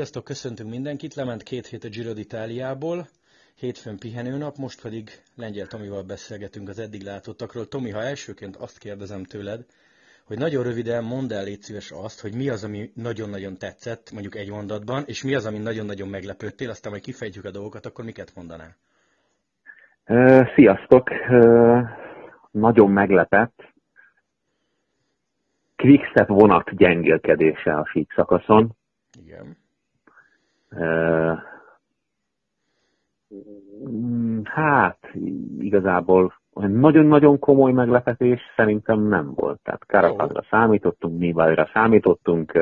Sziasztok, köszöntünk mindenkit. Lement 2 hét a Giro d'Italiából, hétfőn pihenőnap, most pedig Lengyel Tomival beszélgetünk az eddig látottakról. Tomi, ha elsőként azt kérdezem tőled, hogy nagyon röviden mondd el, légy szíves azt, hogy mi az, ami nagyon-nagyon tetszett, mondjuk egy mondatban, és mi az, ami nagyon-nagyon meglepődtél, aztán majd kifejtjük a dolgokat, akkor miket mondanál? Sziasztok! Nagyon meglepett. Quickstep vonat gyengélkedése a sík szakaszon. Igen. Hát, igazából nagyon-nagyon komoly meglepetés szerintem nem volt. Tehát Carapazra számítottunk, Nibali-ra számítottunk.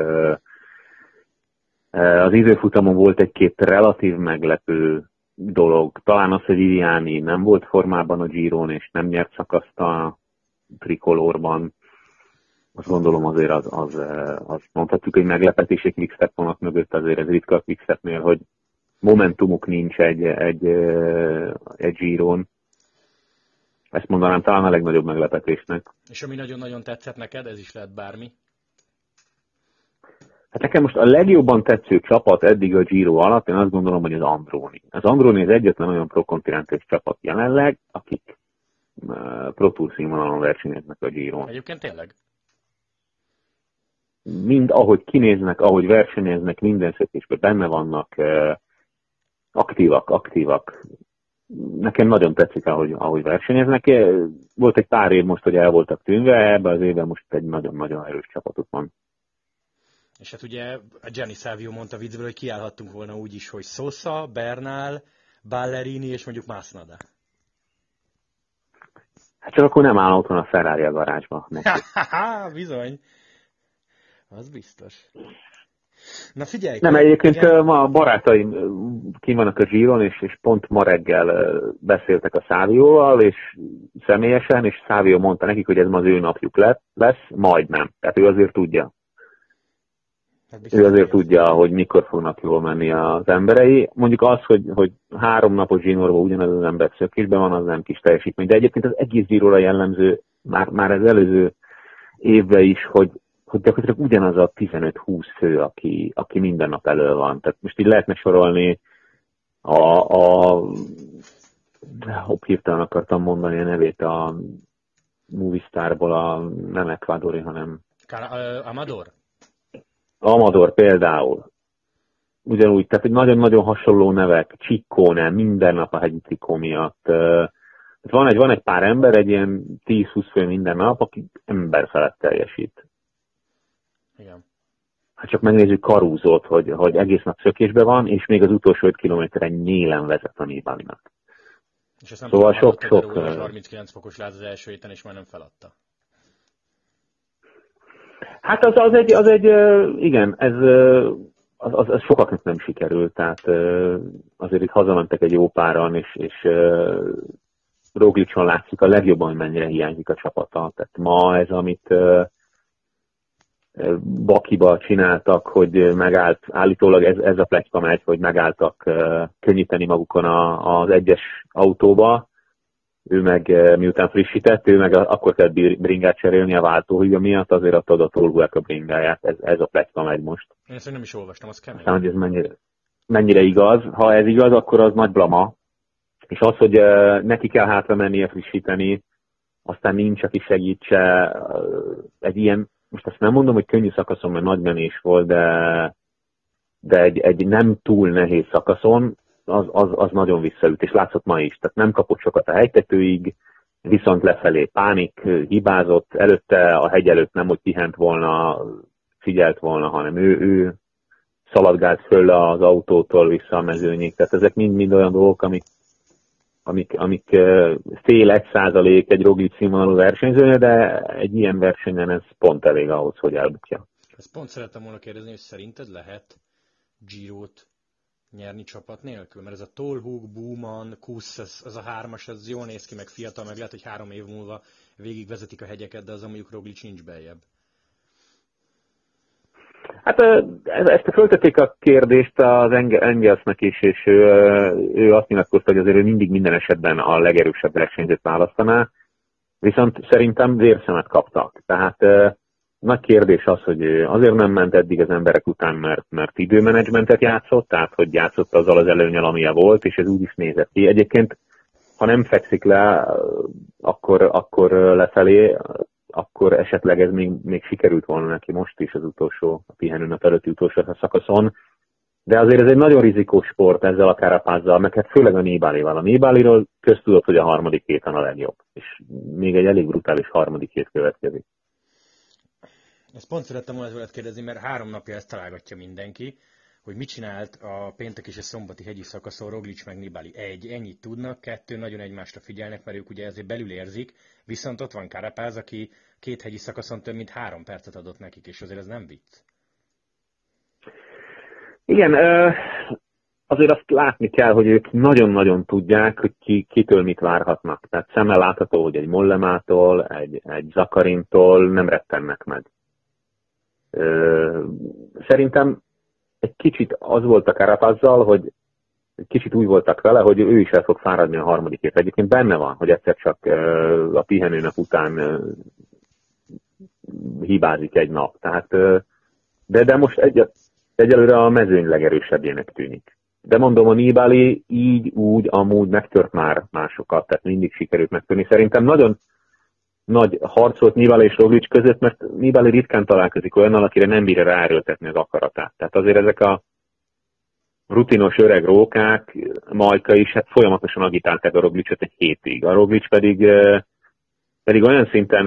Az időfutamon volt egy-két relatív meglepő dolog. Talán az, hogy Viviani nem volt formában a Giron, és nem nyert szakaszt a trikolórban. Azt gondolom azért az mondhatjuk, hogy meglepetés egy Quickstep vonat mögött, azért ez ritka a Quickstepnél, hogy momentumuk nincs egy Giron. Ezt mondanám talán a legnagyobb meglepetésnek. És ami nagyon-nagyon tetszett neked, ez is lehet bármi? Hát nekem most a legjobban tetsző csapat eddig a Giro alatt, én azt gondolom, hogy az Androni. Az Androni az egyetlen olyan pro-kontinentális csapat jelenleg, akik Pro Tour színvonalon versenyeznek a Giron. Egyébként tényleg? Mind ahogy kinéznek, ahogy versenyeznek, minden szökésben benne vannak, aktívak. Nekem nagyon tetszik, ahogy versenyeznek. Volt egy pár év most, hogy el voltak tűnve, ebben az évben most egy nagyon-nagyon erős csapatuk van. És hát ugye a Gianni Savio mondta viccből, hogy kiállhattunk volna úgy is, hogy Sosa, Bernal, Ballerini és mondjuk Masnada. Hát csak akkor nem áll otthon a Ferrari a garázsba. Bizony. Az biztos. Na figyelj! Nem, egyébként ma a barátaim ki vannak a Giron, és pont ma reggel beszéltek a Savioval, és személyesen, és Savio mondta nekik, hogy ez ma az ő napjuk lesz, majdnem. Tehát ő azért tudja. Ő azért tudja, hogy mikor fognak jól menni az emberei. Mondjuk az, hogy 3 napos Ginorban ugyanaz az ember szökésben van, az nem kis teljesítmény. De egyébként az egész Girora jellemző, már az előző évben is, hogy gyakorlatilag ugyanaz a 15-20 fő, aki minden nap elő van. Tehát most így lehetne sorolni hirtelen akartam mondani a nevét a Movistarból, nem Ecuadori, hanem Amador például. Ugyanúgy, tehát egy nagyon-nagyon hasonló nevek, Ciccone, minden nap a hegyi trikó miatt. Van egy pár ember, egy ilyen 10-20 fő minden nap, aki ember felett teljesít. Igen. Hát csak megnézzük Caruzot, hogy egész nap szökésben van, és még az utolsó 5 kilométeren nyélen vezet a Nibalinak. És azt nem szóval sok 39 fokos láz az első héten, és már nem feladta. Hát igen, az sokaknak nem sikerült, tehát azért itt hazamentek egy jó páran, és Roglicson látszik a legjobban, hogy mennyire hiányzik a csapata. Tehát ma ez, amit Bakiba csináltak, hogy megállt, állítólag ez a pletyka megy, hogy megálltak könnyíteni magukon az egyes autóba, ő meg miután frissített, ő meg akkor kell bringát cserélni a váltóhíja miatt, azért adta a tolgulák a bringáját, ez a pletyka megy most. Én ezt nem is olvastam, az kemény. Aztán, hogy ez mennyire igaz, ha ez igaz, akkor az nagy blama, és az, hogy neki kell hátra mennie frissíteni, aztán nincs, aki segítse, egy ilyen, most azt nem mondom, hogy könnyű szakaszon, mert nagy menés volt, de egy nem túl nehéz szakaszon, az nagyon visszaüt, és látszott ma is. Tehát nem kapott sokat a hegytetőig, viszont lefelé pánik, hibázott, előtte a hegy előtt nem, hogy pihent volna, figyelt volna, hanem ő szaladgált föl az autótól vissza a mezőnyig. Tehát ezek mind olyan dolgok, amik fél 1% egy Roglic színvonalú versenyzője, de egy ilyen versenyen ez pont elég ahhoz, hogy elbukja. Ezt pont szerettem volna kérdezni, hogy szerinted lehet Girót nyerni csapat nélkül? Mert ez a Tolhug, Booman, Kusz, ez a 3-as, ez jól néz ki, meg fiatal, meg lehet, hogy 3 év múlva végigvezetik a hegyeket, de az mondjuk Roglic nincs beljebb. Hát ezt föltették a kérdést az Engelsnek is, és ő azt nyilatkozta, hogy azért ő mindig minden esetben a legerősebb versenyzőt választaná, viszont szerintem vérszemet kaptak. Tehát nagy kérdés az, hogy azért nem ment eddig az emberek után, mert időmenedzsmentet játszott, tehát hogy játszott azzal az előnnyel, amilyen volt, és ez úgy is nézett ki. Egyébként, ha nem fekszik le, akkor lefelé, akkor esetleg ez még sikerült volna neki most is az utolsó, a pihenőnap előtti utolsó szakaszon. De azért ez egy nagyon rizikós sport ezzel a Carapaz-zal, meg hát főleg a Nibalival. A Nibaliról köztudott, hogy a harmadik héten a legjobb, és még egy elég brutális harmadik hét következik. Ezt pont szerettem volna tőled kérdezni, mert 3 napja ezt találgatja mindenki, hogy mit csinált a péntek és a szombati hegyi szakaszon Roglic meg Nibali. 1, ennyit tudnak, 2, nagyon egymásra figyelnek, mert ők ugye ezért belül érzik, viszont ott van Carapaz, aki 2 hegyi szakaszon több mint 3 percet adott nekik, és azért ez nem vicc. Igen, azért azt látni kell, hogy ők nagyon-nagyon tudják, hogy kitől mit várhatnak. Tehát szemmel látható, hogy egy Mollemától, egy Zakarintól nem rettennek meg. Szerintem egy kicsit az volt a Carapazzal, hogy kicsit úgy voltak vele, hogy ő is el fog fáradni a harmadikért. Egyébként benne van, hogy egyszer csak a pihenőnap után hibázik egy nap. Tehát, de most egyelőre a mezőny legerősebbjének tűnik. De mondom, a Nibali így, úgy, amúgy megtört már másokat, tehát mindig sikerült megtörni. Szerintem nagyon nagy harc volt Nibali és Roglic között, mert Nibali ritkán találkozik olyannal, akire nem bírja ráerőltetni az akaratát. Tehát azért ezek a rutinos öreg rókák, Majka is, hát folyamatosan agitálták a Roglicot egy hétig. A Roglic pedig olyan szinten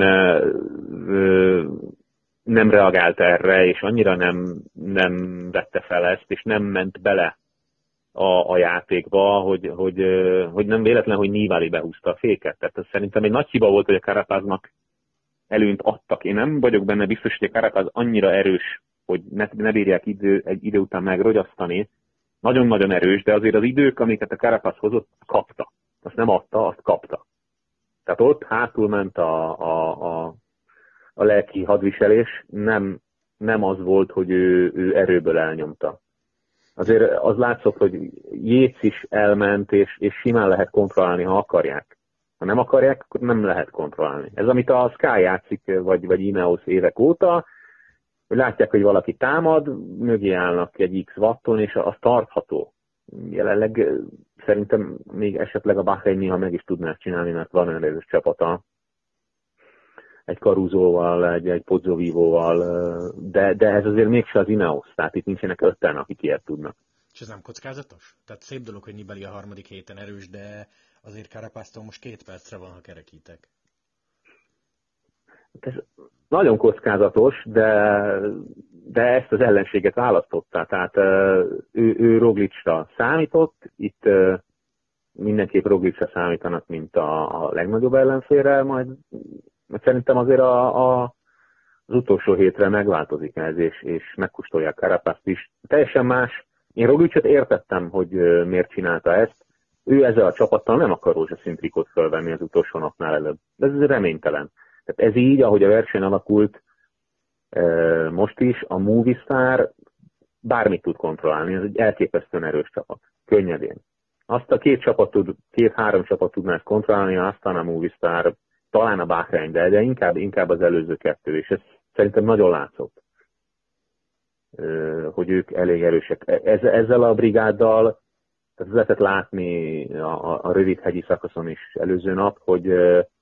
nem reagált erre, és annyira nem vette fel ezt, és nem ment bele a játékba, hogy nem véletlen, hogy Nibali behúzta a féket. Tehát ez szerintem egy nagy hiba volt, hogy a Carapaznak előnyt adtak. Én nem vagyok benne biztos, hogy a Carapaz annyira erős, hogy ne bírják egy idő után megrogyasztani. Nagyon-nagyon erős, de azért az idők, amiket a Carapaz hozott, kapta. Azt nem adta, azt kapta. Tehát ott hátul ment a lelki hadviselés, nem az volt, hogy ő erőből elnyomta. Azért az látszott, hogy Yates is elment, és simán lehet kontrollálni, ha akarják. Ha nem akarják, akkor nem lehet kontrollálni. Ez, amit a Sky játszik, vagy Ineos évek óta, hogy látják, hogy valaki támad, mögé állnak egy X watton, és az tartható. Jelenleg szerintem még esetleg a Bahrein néha meg is tudná csinálni, mert van erős csapata. Egy Caruzóval, egy Pozzovivóval, de ez azért mégse az Ineos, tehát itt nincsenek 5-en, akik ilyet tudnak. És ez nem kockázatos? Tehát szép dolog, hogy Nibali a harmadik héten erős, de azért Carapaztól most 2 percre van, ha kerekítek. Ez nagyon kockázatos, de ezt az ellenséget választotta. Tehát ő Roglicra számított, itt mindenképp Roglicra számítanak, mint a legnagyobb ellenfélre, majd szerintem azért az utolsó hétre megváltozik ez, és megkóstolják Carapazt is. Teljesen más. Én Roglicot értettem, hogy miért csinálta ezt. Ő ezzel a csapattal nem akar rózsaszín trikót fölvenni az utolsó napnál előbb. De ez reménytelen. Tehát ez így, ahogy a verseny alakult most is, a Movistar bármit tud kontrollálni. Ez egy elképesztően erős csapat. Könnyedén. Azt a 2-3 csapat tudná ezt kontrollálni, aztán a Movistar, talán a Bahrein, de inkább az előző 2, és ez szerintem nagyon látszott, hogy ők elég erősek. Ezzel a brigáddal tehát lehetett látni a rövid hegyi szakaszon is előző nap, hogy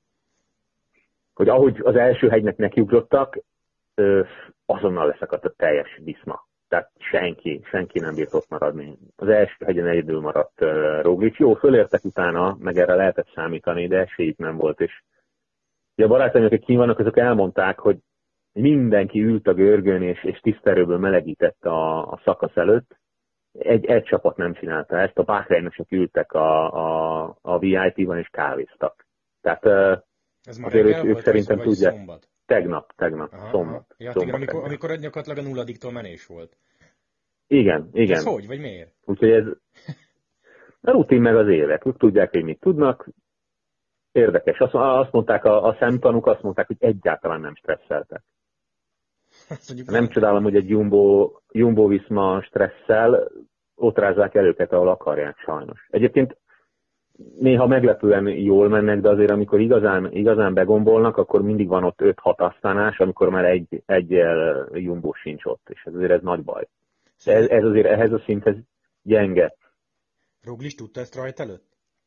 ahogy az első hegynek nekiugrottak, azonnal leszakadt a teljes Viszma. Tehát senki nem bírt ott maradni. Az első hegyen egyedül maradt Roglic. Jó, fölértek utána, meg erre lehetett számítani, de esélyük nem volt. És ugye a barátaim, akik kín vannak, azok elmondták, hogy mindenki ült a görgön, és tiszterőből melegített a szakasz előtt. Egy csapat nem csinálta ezt, a Bahrainosok ültek a VIP-ban és kávéztak. Tehát ez már azért ők szerintem tudják. Szombat? Tegnap, Aha, szombat. Ja, szombat igen, amikor gyakorlatilag a nulladiktól menés volt. Igen. Ez hogy, vagy miért? Úgyhogy ez a rutin meg az évek. Ők tudják, hogy mit tudnak. Érdekes. Azt mondták, a szemtanúk azt mondták, hogy egyáltalán nem stresszeltek. Nem csodálom, hogy egy Jumbo Viszma stresszel, ott rázzák el őket, ahol akarják, sajnos. Egyébként néha meglepően jól mennek, de azért amikor igazán begombolnak, akkor mindig van ott 5-6 asztánás, amikor már egy jumbo sincs ott, és azért ez nagy baj. Ez azért ehhez a szinthez gyenge. Roglic tudta ezt rajt előtt?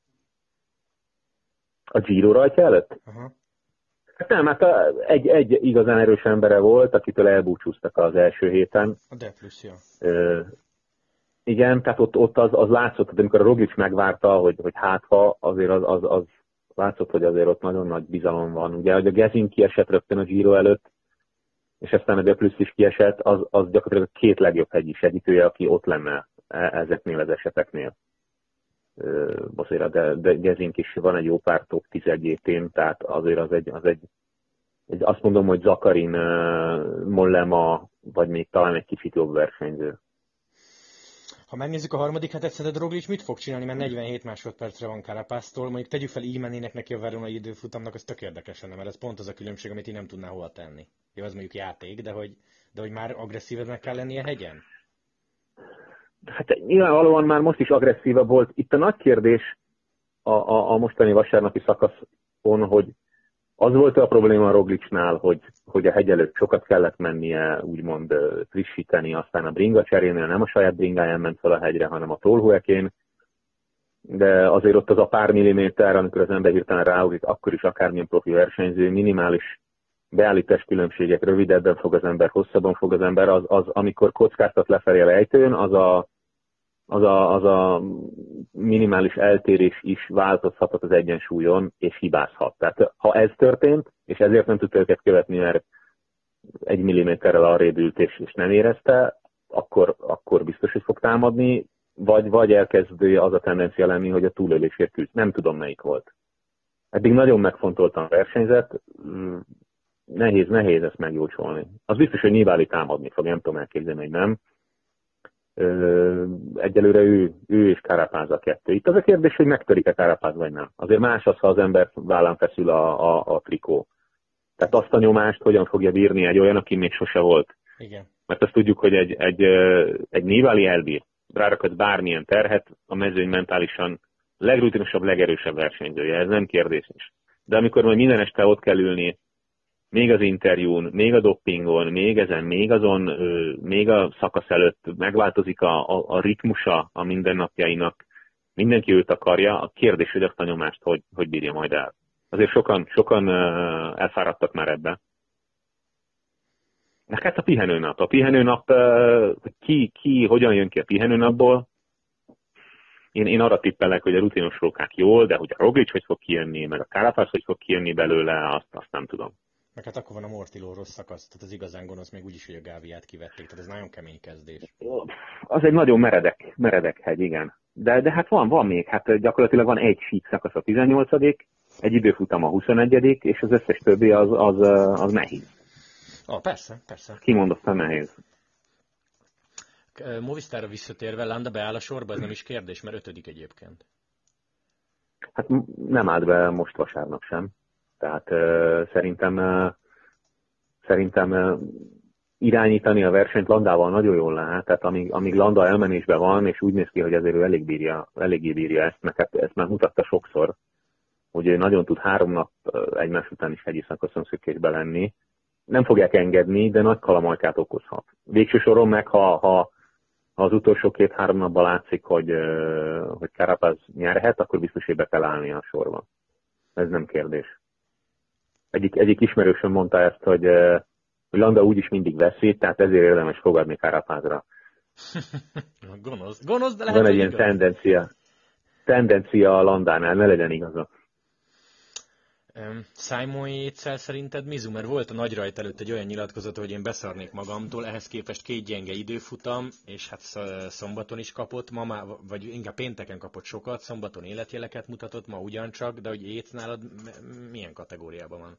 A Giro rajta előtt? Aha. Hát nem, hát egy igazán erős embere volt, akitől elbúcsúztak az első héten. A Deflus, ja. Igen, tehát ott az látszott, hogy amikor a Roglic megvárta, hogy hátha, azért az látszott, hogy azért ott nagyon nagy bizalom van. Ugye, hogy a Gezin kiesett rögtön a Giro előtt, és aztán a Deflus is kiesett, az gyakorlatilag a két legjobb hegyi segítője, aki ott lenne ezeknél az eseteknél. Azért de Gezink is van egy jó pár top 11-én, tehát azért az egy azt mondom, hogy Zakarin, Mollema, vagy még talán egy kicsit jobb versenyző. Ha megnézzük a harmadik hetet, szerinted Roglic mit fog csinálni, mert 47 másodpercre van Carapaztól, mondjuk tegyük fel, így mennének neki a veronai időfutamnak, az tök érdekes lenne, mert ez pont az a különbség, amit én nem tudná hova tenni. Jó, az mondjuk játék, de hogy már agresszívebbnek kell lennie hegyen? Hát nyilvánvalóan már most is agresszívabb volt. Itt a nagy kérdés a mostani vasárnapi szakaszon, hogy az volt a probléma a Roglicnál, hogy a hegy előtt sokat kellett mennie, úgymond frissíteni, aztán a bringa cserénél nem a saját bringáján ment fel a hegyre, hanem a tollhúekén, de azért ott az a pár milliméter, amikor az ember hirtelen ráugrik, akkor is akármilyen profi versenyző, minimális beállítás különbségek, rövidebben fog az ember, hosszabban fog az ember, az amikor kockáztat lefelé a lejtőn, az a minimális eltérés is változhathat az egyensúlyon, és hibázhat. Tehát ha ez történt, és ezért nem tudta őket követni, mert 1 milliméterrel arrébb ült, és nem érezte, akkor biztos, hogy fog támadni, vagy elkezd az a tendencia lenni, hogy a túlélésért küzd. Nem tudom, melyik volt. Eddig nagyon megfontoltan versenyzett, nehéz ezt megjósolni. Az biztos, hogy Nibali támadni fog, nem tudom elképzelni, hogy nem. Egyelőre ő és Carapaz a kettő. Itt az a kérdés, hogy megtörik-e Carapaz vagy nem. Azért más az, ha az ember vállán feszül a trikó. Tehát azt a nyomást hogyan fogja bírni egy olyan, aki még sose volt. Igen. Mert azt tudjuk, hogy egy Nibali elbír. Rárakad bármilyen terhet, a mezőny mentálisan legrutinosabb, legerősebb versenyzője. Ez nem kérdés is. De amikor majd minden este ott kell ülni, még az interjún, még a doppingon, még ezen, még azon, még a szakasz előtt megváltozik a ritmusa a mindennapjainak, mindenki őt akarja, a kérdés, hogy azt a nyomást hogy bírja majd el. Azért sokan elfáradtak már ebbe. Hát a pihenőnap. A pihenőnap, ki hogyan jön ki a pihenőnapból? Én arra tippelek, hogy a rutinos rókák jól, de hogy a Roglic hogy fog kijönni, meg a Carapaz hogy fog kijönni belőle, azt nem tudom. Meg hát akkor van a Mortillo rossz szakasz, tehát az igazán gonosz még úgyis, hogy a Gáviát kivették, tehát ez nagyon kemény kezdés. Az egy nagyon meredek hegy, igen. De hát van még, hát gyakorlatilag van egy sík szakasz a 18., egy időfutam a 21., és az összes többi az nehéz. Persze. Kimondottan nehéz. Movistarra visszatérve, Landa beáll a sorba, ez nem is kérdés, mert 5. egyébként. Hát nem állt be most vasárnap sem. Tehát szerintem irányítani a versenyt Landával nagyon jól lehet, tehát amíg Landa elmenésben van, és úgy néz ki, hogy azért ő eléggé bírja ezt, mert hát ezt már mutatta sokszor, hogy ő nagyon tud 3 nap egymás után is hegyi szakaszon szökésbe lenni. Nem fogják engedni, de nagy kalamajkát okozhat. Végső soron meg, ha az utolsó 2-3 napban látszik, hogy Carapaz nyerhet, akkor biztos, hogy be kell állni a sorba. Ez nem kérdés. Egyik ismerősöm mondta ezt, hogy Landa úgyis mindig veszít, tehát ezért érdemes fogadni Carapazra. Gonosz, de lehet, van egy ilyen tendencia a Landánál, ne legyen igaza. Simon Yates-szel szerinted mizu? Mert volt a nagy rajt előtt egy olyan nyilatkozat, hogy én beszarnék magamtól, ehhez képest 2 gyenge időfutam, és hát szombaton is kapott, vagy inkább pénteken kapott sokat, szombaton életjeleket mutatott, ma ugyancsak, de hogy Yates nálad milyen kategóriában van?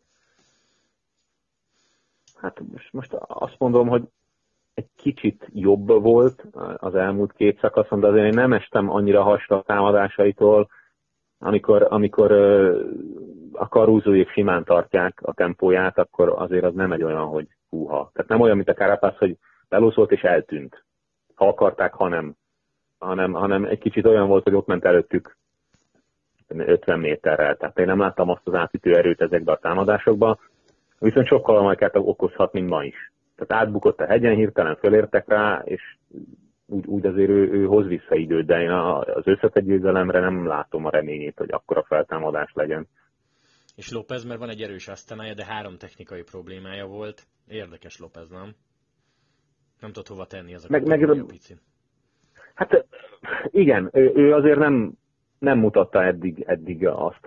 Hát most azt mondom, hogy egy kicsit jobb volt az elmúlt 2 szakaszon, de azért én nem estem annyira hasra a támadásaitól, amikor a Caruzóék simán tartják a tempóját, akkor azért az nem egy olyan, hogy húha. Tehát nem olyan, mint a Carapaz, hogy belószolt és eltűnt. Ha akarták, ha nem. Hanem egy kicsit olyan volt, hogy ott ment előttük 50 méterrel. Tehát én nem láttam azt az átütő erőt ezekbe a támadásokba, viszont sokkal majkát okozhat, mint ma is. Tehát átbukott a hegyen, hirtelen fölértek rá, és úgy azért ő hoz vissza időt, de én az összetett győzelemre nem látom a reményét, hogy akkora feltámadás legyen. És López, mert van egy erős asztanája, de 3 technikai problémája volt. Érdekes López, nem? Nem tudott hova tenni az a picin. Hát igen, ő azért nem mutatta eddig azt a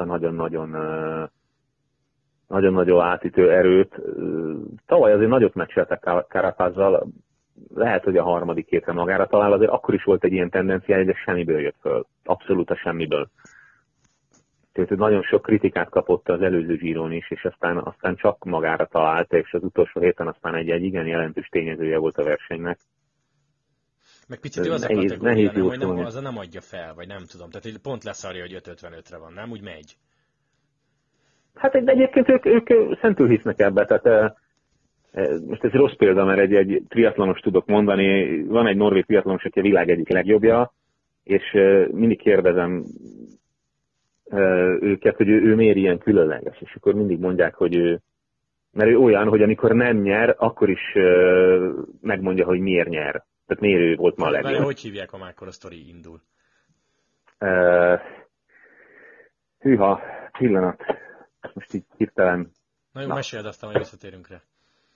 nagyon-nagyon átütő erőt. Tavaly azért nagyot meccseltek Carapazzal, lehet, hogy a harmadik hétre magára talál, azért akkor is volt egy ilyen tendenciája, de semmiből jött föl. Abszolút a semmiből. Tehát nagyon sok kritikát kapott az előző Giron is, és aztán csak magára talált, és az utolsó héten aztán egy igen jelentős tényezője volt a versenynek. Meg picit ő az a kategória, nem, hogy nem adja fel, vagy nem tudom. Tehát pont leszarja, hogy 5.55-re van, nem? Úgy megy. Hát egyébként ők szentül hisznek ebbe, tehát most ez rossz példa, mert egy triatlonos tudok mondani, van egy norvég triatlonos, aki a világ egyik legjobbja, és mindig kérdezem őket, hogy ő miért ilyen különleges, és akkor mindig mondják, hogy mert ő olyan, hogy amikor nem nyer, akkor is megmondja, hogy miért nyer. Tehát miért ő volt ma a legjobb. Hogy hívják, ha már akkor a sztori indul? Hűha, pillanat. Most így hirtelen... Na jó, meséld, aztán majd visszatérünk rá.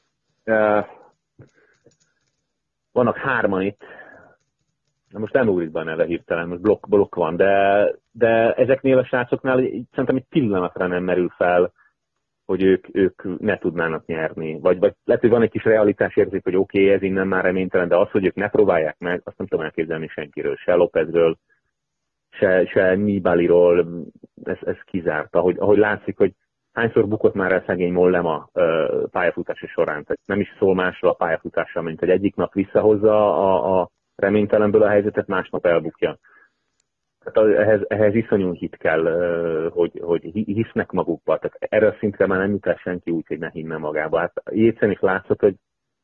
Vannak 3 itt. Na most nem ugrik be a neve hirtelen, most blokk van, de ezeknél a srácoknál szerintem egy pillanatra nem merül fel, hogy ők ne tudnának nyerni. Vagy lehet, hogy van egy kis realitásérzék, hogy oké, ez innen már reménytelen, de az, hogy ők ne próbálják meg, azt nem tudom elképzelni senkiről, se Lópezről, se Nibaliról, ez kizárt. Ahogy látszik, hogy hányszor bukott már el szegény Mollema pályafutása során. Tehát nem is szól másról a pályafutással, mint hogy egyik nap visszahozza a reménytelenből a helyzetet, másnap elbukja. Tehát ehhez iszonyú hit kell, hogy hisznek magukba. Tehát erre a szintre már nem jut el senki úgy, hogy ne hinne magába. Hát Jécen is látszott, hogy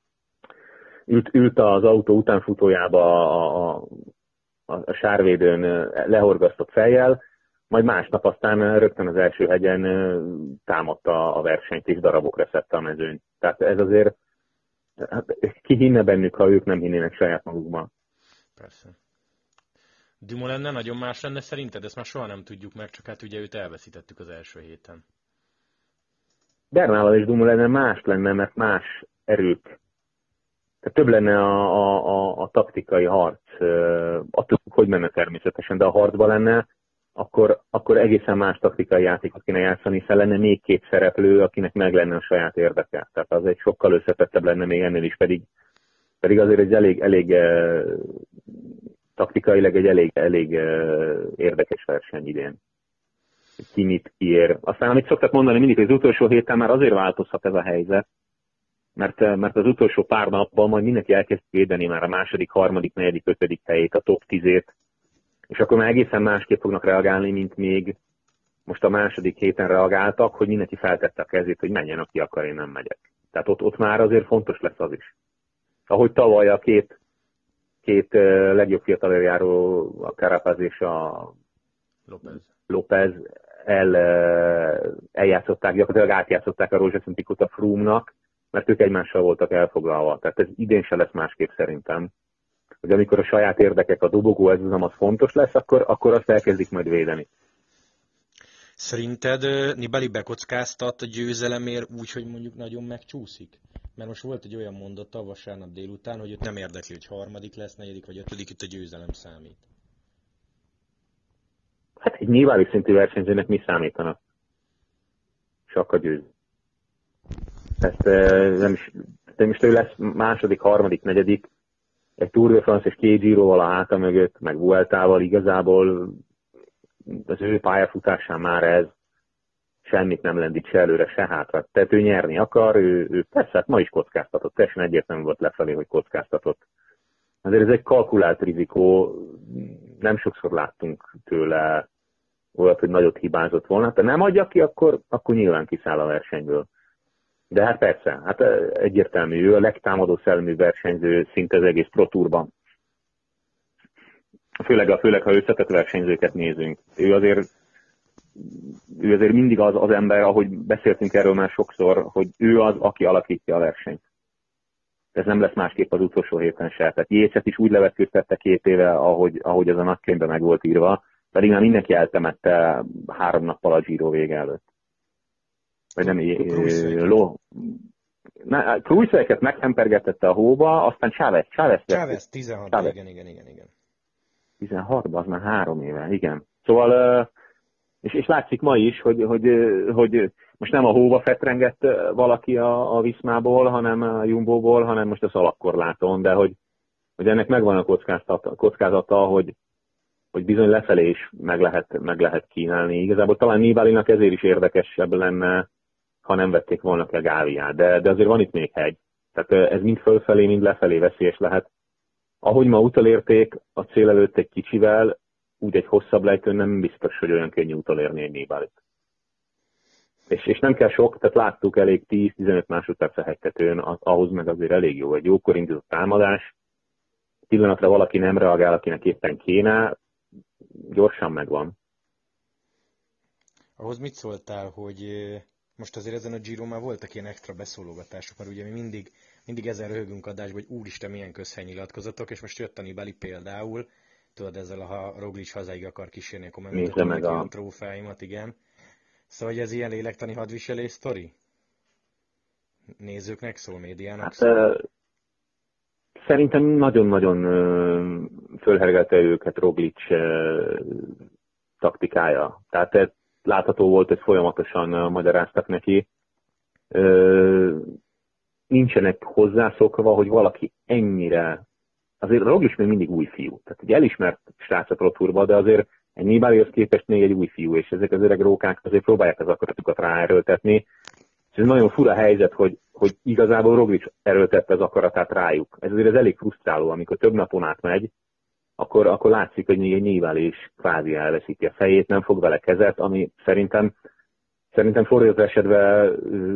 ült az autó utánfutójába a sárvédőn lehorgasztott fejjel, majd másnap aztán rögtön az első hegyen támadta a versenyt, és darabokra szedte a mezőnyt. Tehát ez azért, hát, ki hinne bennük, ha ők nem hinnének saját magukban. Persze. Dumoulin nagyon más lenne szerinted? Ezt már soha nem tudjuk meg, csak hát ugye őt elveszítettük az első héten. Bernával és Dumoulin más lenne, mert más erők. Tehát több lenne a taktikai harc. Attól, hogy menne természetesen, de a harcban lenne, akkor egészen más taktikai játékot kéne játszani, hiszen lenne még 2 szereplő, akinek meg lenne a saját érdeke. Tehát az egy sokkal összetettebb lenne még ennél is, pedig azért egy elég taktikailag egy elég érdekes verseny idén. Ki mit kiér. Aztán, amit szoktak mondani mindig, hogy az utolsó héten már azért változhat ez a helyzet, mert az utolsó pár napban majd mindenki elkezd védeni már a második, harmadik, negyedik, 5. helyét, a top 10-ét, és akkor már egészen másképp fognak reagálni, mint még most a második héten reagáltak, hogy mindenki feltette a kezét, hogy menjen, aki akar, én nem megyek. Tehát ott már azért fontos lesz az is. Ahogy tavaly a két legjobb fiataljáró, a Carapaz és a López eljátszották, gyakorlatilag átjátszották a Rózsaszín Pikót a Froome-nak, mert ők egymással voltak elfoglalva. Tehát ez idén se lesz másképp szerintem. Hogy amikor a saját érdekek, a dobogó, ez az fontos lesz, akkor azt elkezdik majd védeni. Szerinted Nibali bekockáztat a győzelemért úgy, hogy mondjuk nagyon megcsúszik? Mert most volt egy olyan mondata vasárnap délután, hogy őt nem érdekli, hogy harmadik lesz, negyedik vagy 5, itt a győzelem számít. Hát egy nyilvános szintű versenyzőnek mi számítana? Csak a győz. Ezt nem is ő lesz második, harmadik, negyedik, egy Tour de France és 2 Giroval a háta mögött, meg Vueltával igazából az ő pályafutásán már ez semmit nem lendít se előre, se hátra. Tehát ő nyerni akar, ő persze, hát ma is kockáztatott, teljesen egyértelmű volt lefelé, hogy kockáztatott. Azért ez egy kalkulált rizikó, nem sokszor láttunk tőle olyat, hogy nagyot hibázott volna. Ha nem adja ki, akkor nyilván kiszáll a versenyből. De hát persze, hát egyértelmű, ő a legtámadó szellemű versenyző szinte az egész Pro Tourban. Főleg ha összetett versenyzőket nézünk. Ő azért ő azért mindig az ember, ahogy beszéltünk erről már sokszor, hogy ő az, aki alakítja a versenyt. Ez nem lesz másképp az utolsó héten se. Tehát Jécet is úgy levetkőztette 2 éve, ahogy ez a nagykönyvben meg volt írva, pedig már mindenki eltemette 3 nappal a Giro vége előtt. Vagy nem, Krujszvejket meghempergetette a hóba, aztán Chávez 16, igen. 16-ban, az már 3 éve, igen. Szóval, és látszik ma is, hogy most nem a hóba fetrengett valaki a Viszmából, hanem a Jumboból, hanem most a szalagkorláton, de hogy ennek megvan a kockázata, hogy bizony lefelé is meg lehet kínálni. Igazából talán Nibalinak ezért is érdekesebb lenne, ha nem vették volna ki a Gáviát. De azért van itt még hegy. Tehát ez mind fölfelé, mind lefelé veszélyes lehet. Ahogy ma utolérték a cél előtt egy kicsivel, úgy egy hosszabb lejtőn nem biztos, hogy olyan könnyű utolérni egy Nibalit. És nem kell sok, tehát láttuk elég 10-15 másodperc a hegytetőn, ahhoz meg azért elég jó. Egy jókor indított támadás, pillanatra valaki nem reagál, akinek éppen kéne, gyorsan megvan. Ahhoz mit szóltál, hogy most azért ezen a Giro már voltak ilyen extra beszólogatások, mert ugye mi mindig ezen röhögünk adásban, hogy úristen milyen közhelynyilatkozatok, és most jött a Nibali például, tudod, ezzel ha Roglic hazáig akar kísérni, akkor megmutatom neki a trófeáimat, igen. Szóval, hogy ez ilyen lélektani hadviselés sztori? Nézőknek szól, médiának szól? Szerintem nagyon-nagyon fölhergelte őket Roglic taktikája. Tehát látható volt, hogy folyamatosan magyaráztak neki. Nincsenek hozzászokva, hogy valaki ennyire... Azért Roglic még mindig új fiú. Tehát egy elismert srác a Pro Tourba, de azért egy Nibalihoz képest még egy új fiú, és ezek az öreg rókák azért próbálják az akaratukat ráerőltetni. És ez nagyon fura helyzet, hogy igazából Roglic erőltette az akaratát rájuk. Ez azért elég frusztráló, amikor több napon át megy, akkor látszik, hogy egy Nibali is kvázi elveszíti a fejét, nem fog vele kezet, ami szerintem fordított esetben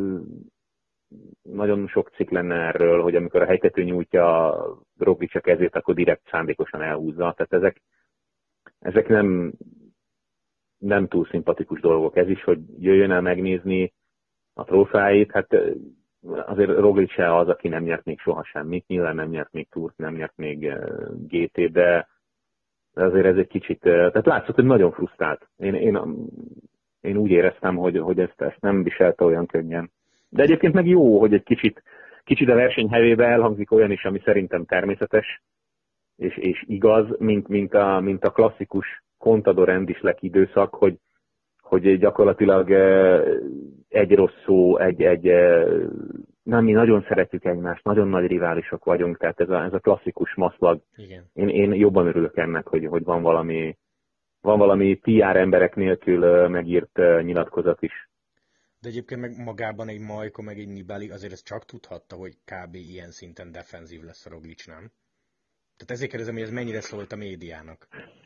nagyon sok cikk lenne erről, hogy amikor a hegytető nyújtja Roglic a kezét, akkor direkt szándékosan elhúzza. Tehát ezek nem túl szimpatikus dolgok. Ez is, hogy jöjjön el megnézni a trófáit, hát azért Roglic se az, aki nem nyert még soha semmit, nyilván nem nyert még Tourt, nem nyert még GT, de azért ez egy kicsit, tehát látszott, hogy nagyon frusztrált. Én úgy éreztem, hogy ezt nem viselte olyan könnyen. De egyébként meg jó, hogy egy kicsit a verseny hevébe elhangzik olyan is, ami szerintem természetes és igaz, mint a klasszikus Contador Endislek időszak, hogy gyakorlatilag egy rossz szó, nem, mi nagyon szeretjük egymást, nagyon nagy riválisok vagyunk, tehát ez a klasszikus maszlag. Igen. Én jobban örülök ennek, hogy van valami PR emberek nélkül megírt nyilatkozat is. De egyébként meg magában egy Majka, meg egy Nibali azért ezt csak tudhatta, hogy kb. Ilyen szinten defenzív lesz a Roglic, nem? Tehát ezért kérdezem, hogy ez mennyire szólt a médiának?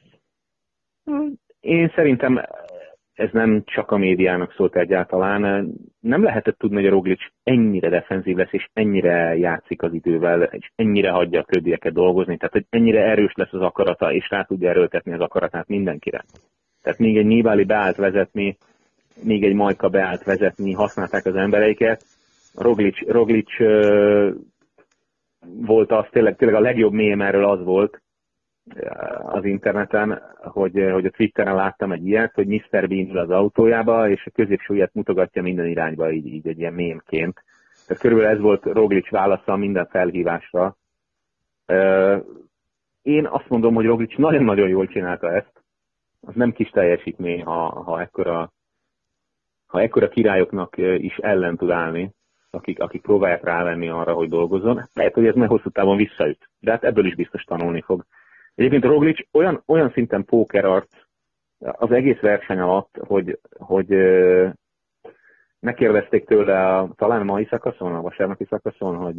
Én szerintem ez nem csak a médiának szólt egyáltalán. Nem lehetett tudni, hogy a Roglic ennyire defenzív lesz, és ennyire játszik az idővel, és ennyire hagyja a többieket dolgozni, tehát hogy ennyire erős lesz az akarata, és rá tudja erőltetni az akaratát mindenkire. Tehát még egy Nibali beállt vezetni, még egy Majka beállt vezetni, használták az embereiket. Roglic volt az, tényleg a legjobb mém erről az volt az interneten, hogy a Twitteren láttam egy ilyet, hogy Mr. Bean ül az autójába, és a középsúlyát mutogatja minden irányba, így egy ilyen mémként. Tehát körülbelül ez volt Roglic válasza minden felhívásra. Én azt mondom, hogy Roglic nagyon-nagyon jól csinálta ezt. Az nem kis teljesítmény, ha ekkora királyoknak is ellen tud állni, akik próbálják rávenni arra, hogy dolgozzon. Lehet, hogy ez meg hosszú távon visszaüt, de hát ebből is biztos tanulni fog. Egyébként Roglic olyan szinten pókerarc az egész verseny alatt, hogy megkérdezték tőle talán a mai szakaszon, a vasárnapi szakaszon, hogy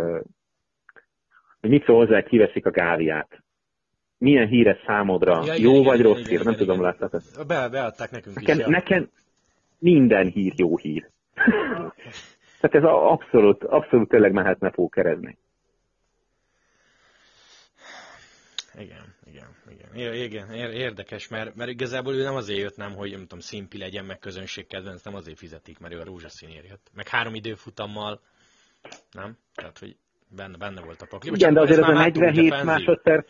mit szól hozzá, kiveszik a Gáviát. Milyen híres számodra? Ja, jó igen, vagy igen, rossz hír? Nem tudom, láttad ezt. Beadták nekünk is. Nekem minden hír jó hír. Tehát ez abszolút tényleg mehetne pókerezni. Igen, érdekes, mert igazából ő nem azért jött, nem, hogy nem tudom, szimpi legyen, meg közönségkedvenc, nem azért fizetik, mert ő a rózsaszínért jött. Meg 3 időfutammal, nem? Tehát, hogy benne volt a pakliba. Igen, de azért ez a 47 másodperc,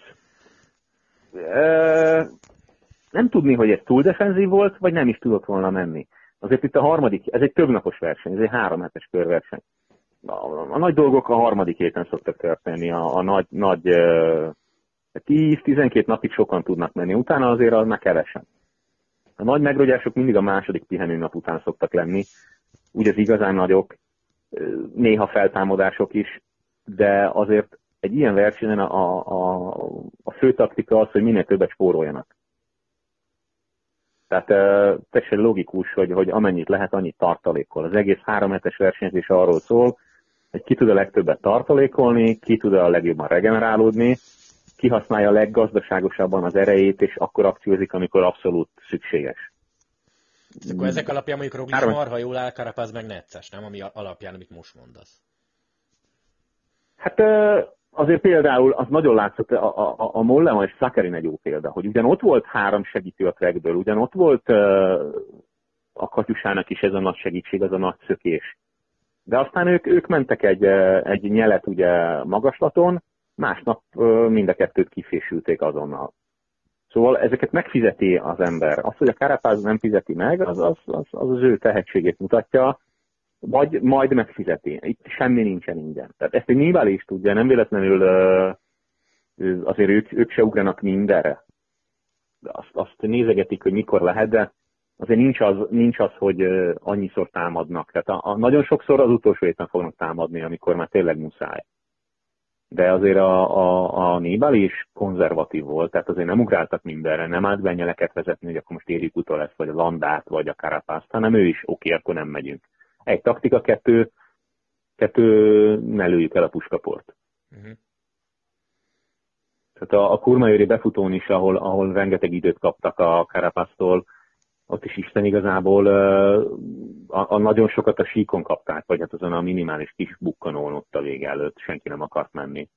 nem tudni, hogy ez túl defenzív volt, vagy nem is tudott volna menni. Azért itt a harmadik, ez egy többnapos verseny, ez egy 3 hetes körverseny. A nagy dolgok a harmadik héten szoktak történni, a nagy 10-12 napig sokan tudnak menni, utána azért az már kevesen. A nagy megrogyások mindig a második pihenőnap után szoktak lenni, úgy az igazán nagyok, néha feltámadások is, de azért egy ilyen versenyen a fő taktika az, hogy minél többet spóroljanak. Tehát teljesen logikus, hogy amennyit lehet, annyit tartalékol. Az egész 3 hetes versenyzés arról szól, hogy ki tud a legtöbbet tartalékolni, ki tud a legjobban regenerálódni, ki használja a leggazdaságosabban az erejét, és akkor akciózik, amikor abszolút szükséges. Akkor ezek alapján mondjuk Roglic marha jól áll, Carapaz meg necces, nem? Ami alapján, amit most mondasz. Hát azért például az nagyon látszott, a Mollema és Sakharin egy jó példa, hogy ugyan ott volt 3 segítő a trackből, ugyan ott volt a Katyusának is ez a nagy segítség, az a nagy szökés. De aztán ők mentek egy nyelet ugye magaslaton, másnap mind a kettőt kifésülték azonnal. Szóval ezeket megfizeti az ember. Az, hogy a Carapaz nem fizeti meg, az ő tehetségét mutatja, vagy majd megfizeti. Itt semmi nincsen ingyen. Tehát ezt egy Nibali is tudja, nem véletlenül azért ők se ugranak mindenre. Azt nézegetik, hogy mikor lehet, de azért nincs az, hogy annyiszor támadnak. Tehát nagyon sokszor az utolsó héten fognak támadni, amikor már tényleg muszáj. De azért a Nibali is konzervatív volt, tehát azért nem ugráltak mindenre, nem állt be nyeleket vezetni, hogy akkor most érik utol lesz, vagy a Landát, vagy a Carapazt, hanem ő is, oké, akkor nem megyünk. Egy taktika, kettő ne lőjük el a puskaport. Uh-huh. Tehát a Courmayeur befutón is, ahol rengeteg időt kaptak a Carapaztól, ott is Isten igazából a nagyon sokat a síkon kapták, vagy hát azon a minimális kis bukkanón ott a vége előtt senki nem akart menni.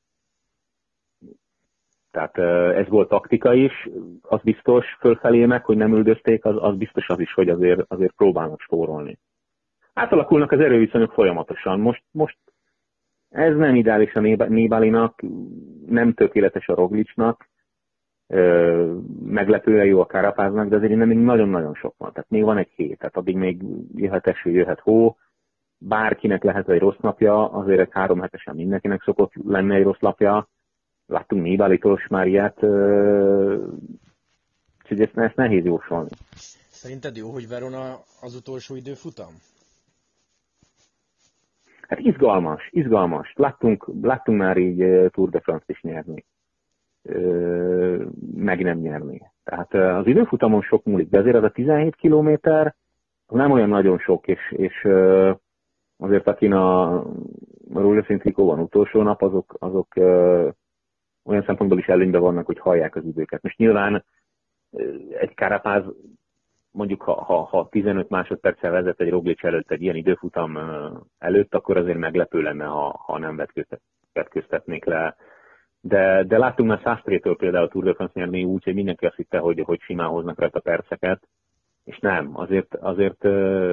Tehát ez volt taktika is, az biztos fölfelé meg, hogy nem üldözték, az biztos az is, hogy azért próbálnak spórolni. Átalakulnak az erőviszonyok folyamatosan. Most ez nem ideális a Nibalinak, nem tökéletes a Roglicnak, meglepően jó a Carapaznak, de azért még nagyon-nagyon sok van. Tehát még van egy hét, tehát addig még jöhet eső, jöhet hó, bárkinek lehet egy rossz napja, azért egy 3 hetesen mindenkinek szokott lenni egy rossz napja. Láttunk Nibalitól már ilyet, úgyhogy ezt nehéz jósolni. Szerinted jó, hogy Verona az utolsó időfutam? Hát izgalmas. Láttunk már így Tour de France is nyerni. Meg nem nyerni. Tehát az időfutamon sok múlik, de azért az a 17 kilométer nem olyan nagyon sok, és azért akin a rózsaszín trikóban utolsó nap, azok olyan szempontból is előnyben vannak, hogy hallják az időket. Most nyilván egy Carapaz, mondjuk ha 15 másodperccel vezet egy Roglic előtt egy ilyen időfutam előtt, akkor azért meglepő lenne, ha nem vetköztetnék le. De láttunk már Sastrétől például a Tour de France nyerni úgy, hogy mindenki azt hitte, hogy simán hoznak rajta perceket, és nem, azért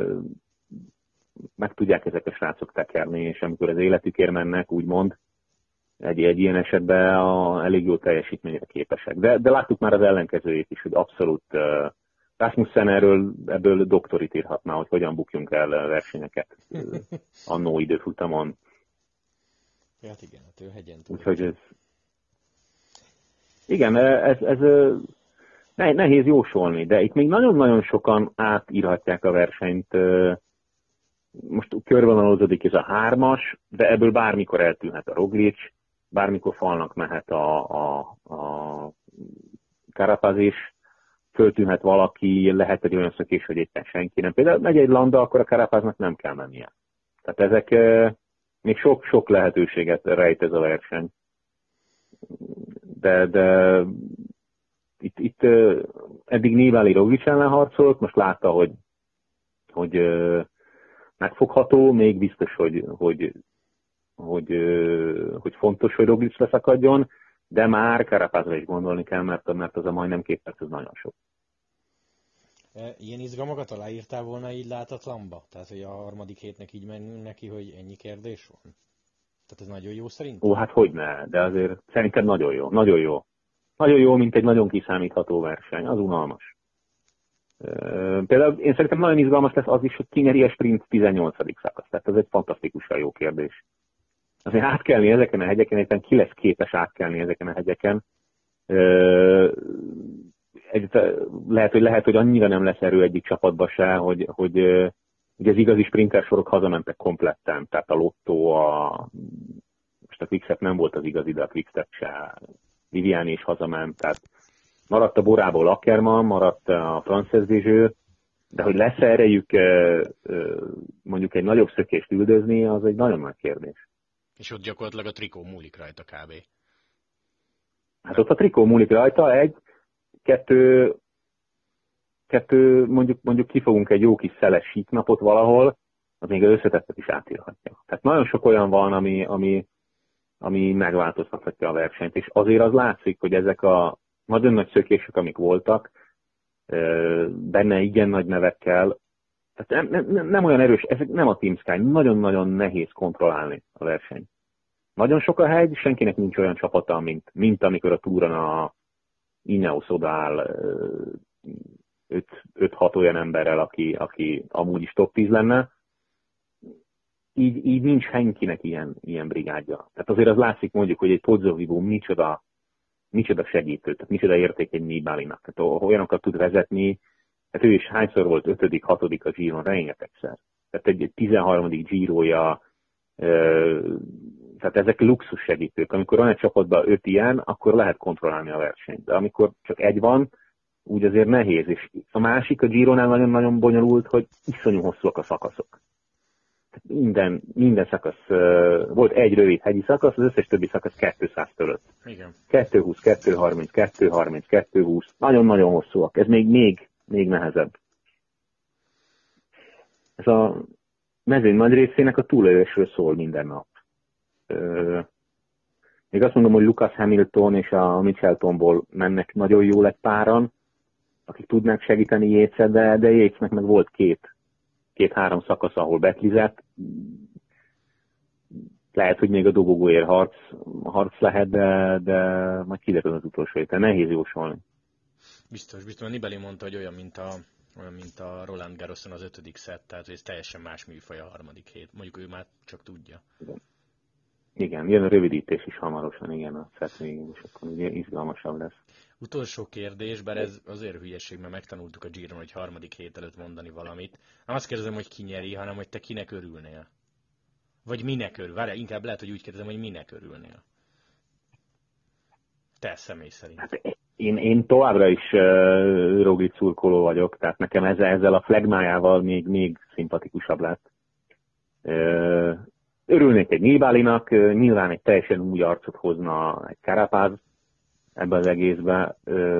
meg tudják ezek a srácok tekerni, és amikor az életükért mennek, úgymond, egy ilyen esetben elég jó teljesítményre képesek. De láttuk már az ellenkezőjét is, hogy abszolút Rasmussen ebből doktorit írhatná, hogy hogyan bukjunk el versenyeket annó időfutamon. Hát igen, hát ő hegyen túl. Úgyhogy ez... Igen, ez nehéz jósolni, de itt még nagyon-nagyon sokan átírhatják a versenyt. Most körvonalozódik ez a 3-as, de ebből bármikor eltűnhet a Roglic, bármikor falnak mehet a Carapaz is, föltűnhet valaki, lehet egy olyan szökés, hogy éppen senki nem. Például megy egy Landa, akkor a Carapaznak nem kell mennie. Tehát ezek még sok lehetőséget rejt ez a verseny. De itt eddig Nibali Roglic ellen harcolt, most látta, hogy megfogható, még biztos, hogy fontos, hogy Roglic leszakadjon, de már Carapazra is gondolni kell, mert az a majdnem 2 perc, az nagyon sok. Ilyen izgalmakat aláírtál volna így látatlanba? Tehát, hogy a harmadik hétnek így menjünk neki, hogy ennyi kérdés van? Tehát ez nagyon jó szerintem? Ó, hát hogyne, de azért szerintem nagyon jó, nagyon jó. Nagyon jó, mint egy nagyon kiszámítható verseny, az unalmas. Például én szerintem nagyon izgalmas lesz az is, hogy ki nyeri a sprint 18. szakasz. Tehát ez egy fantasztikusan jó kérdés. Azért átkelni ezeken a hegyeken, egyébként ki lesz képes átkelni ezeken a hegyeken. Lehet, hogy annyira nem lesz erő egyik csapatba se, hogy ugye az igazi sprinter sorok hazamentek kompletten. Tehát a Lotto, most a Quickstep nem volt az igazi, de a Quickstep se. Viviani is hazament, tehát maradt a Borából Ackermann, maradt a Frances Vigeux, de hogy lesz erejük mondjuk egy nagyobb szökést üldözni, az egy nagyon nagy kérdés. És ott gyakorlatilag a trikó múlik rajta kb. Hát ott a trikó múlik rajta, kettő mondjuk kifogunk egy jó kis szeles síknapot valahol, az még az összetettet is átírhatja. Tehát nagyon sok olyan van, ami megváltoztathatja a versenyt, és azért az látszik, hogy ezek a nagyon nagy szökések, amik voltak, benne igen nagy nevekkel, tehát nem olyan erős, ezek nem a Team Sky, nagyon-nagyon nehéz kontrollálni a versenyt. Nagyon sok a hegy, senkinek nincs olyan csapata, mint amikor a túron a Ineos odaáll 5-6 olyan emberrel, aki amúgy is top 10 lenne. Így nincs senkinek ilyen brigádja. Tehát azért az látszik mondjuk, hogy egy Pozzovivo micsoda segítő, tehát micsoda érték egy Nibalinak. Tehát olyanokat tud vezetni, hát ő is hányszor volt 5., 6. a Giron, rengetegszer. Tehát egy 13. Giroja, tehát ezek luxus segítők. Amikor van egy csapatban 5 ilyen, akkor lehet kontrollálni a versenyt. De amikor csak egy van, úgy azért nehéz. És a másik, a Gironál nagyon-nagyon bonyolult, hogy iszonyú hosszúak a szakaszok. Minden szakasz, volt egy rövid hegyi szakasz, az összes többi szakasz 200 fölött. Igen. 220, 230, 230, 220, nagyon-nagyon hosszúak. Ez még nehezebb. Ez a mezőny nagy részének a túlélésről szól minden nap. Még azt mondom, hogy Lucas Hamilton és a Mitcheltonból mennek nagyon jól egy páran, akik tudnák segíteni Yatesen, de Yatesnek meg volt két-három szakasz, ahol betlizett. Lehet, hogy még a dobogóért harc lehet, de majd kiderül az utolsó héten. Nehéz jósolni. Biztos. Nibali mondta, hogy olyan, mint a Roland Garroson az 5. szett, tehát ez teljesen más műfaj a harmadik hét. Mondjuk ő már csak tudja. Igen, jön a rövidítés is hamarosan, igen, a szett végén, és akkor ugye izgalmasabb lesz. Utolsó kérdés, bár ez azért hülyeség, mert megtanultuk a Giron, hogy harmadik hét előtt mondani valamit. Nem azt kérdezem, hogy ki nyeri, hanem hogy te kinek örülnél. Vagy minek örül? Várjál, inkább lehet, hogy úgy kérdezem, hogy minek örülnél. Te személy szerint. Hát én továbbra is Roglic szurkoló vagyok, tehát nekem ezzel a flagmájával még szimpatikusabb lett. Örülnék egy Nibalinak, nyilván egy teljesen új arcot hozna egy Carapaz ebbe az egészbe.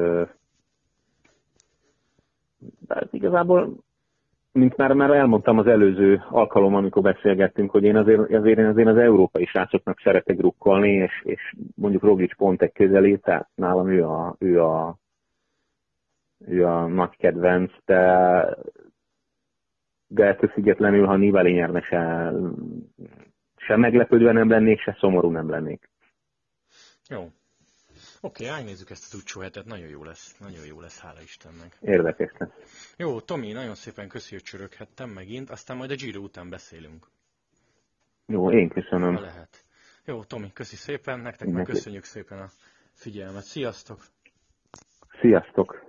De igazából, mint már elmondtam az előző alkalommal, amikor beszélgettünk, hogy én azért az európai srácoknak szeretek drukkolni, és mondjuk Roglic pont egy közelé, tehát nálam ő a nagy kedvenc, de ettől függetlenül, ha Nibali nyerne, se meglepődve nem lennék, se szomorú nem lennék. Jó. Oké, elnézzük ezt az utcsó hetet, nagyon jó lesz, hála Istennek. Érdekes lesz. Jó, Tomi, nagyon szépen köszi, hogy csöröghettem megint, aztán majd a Giro után beszélünk. Jó, én köszönöm. Ha lehet. Jó, Tomi, köszi szépen, nektek meg köszönjük szépen a figyelmet. Sziasztok! Sziasztok!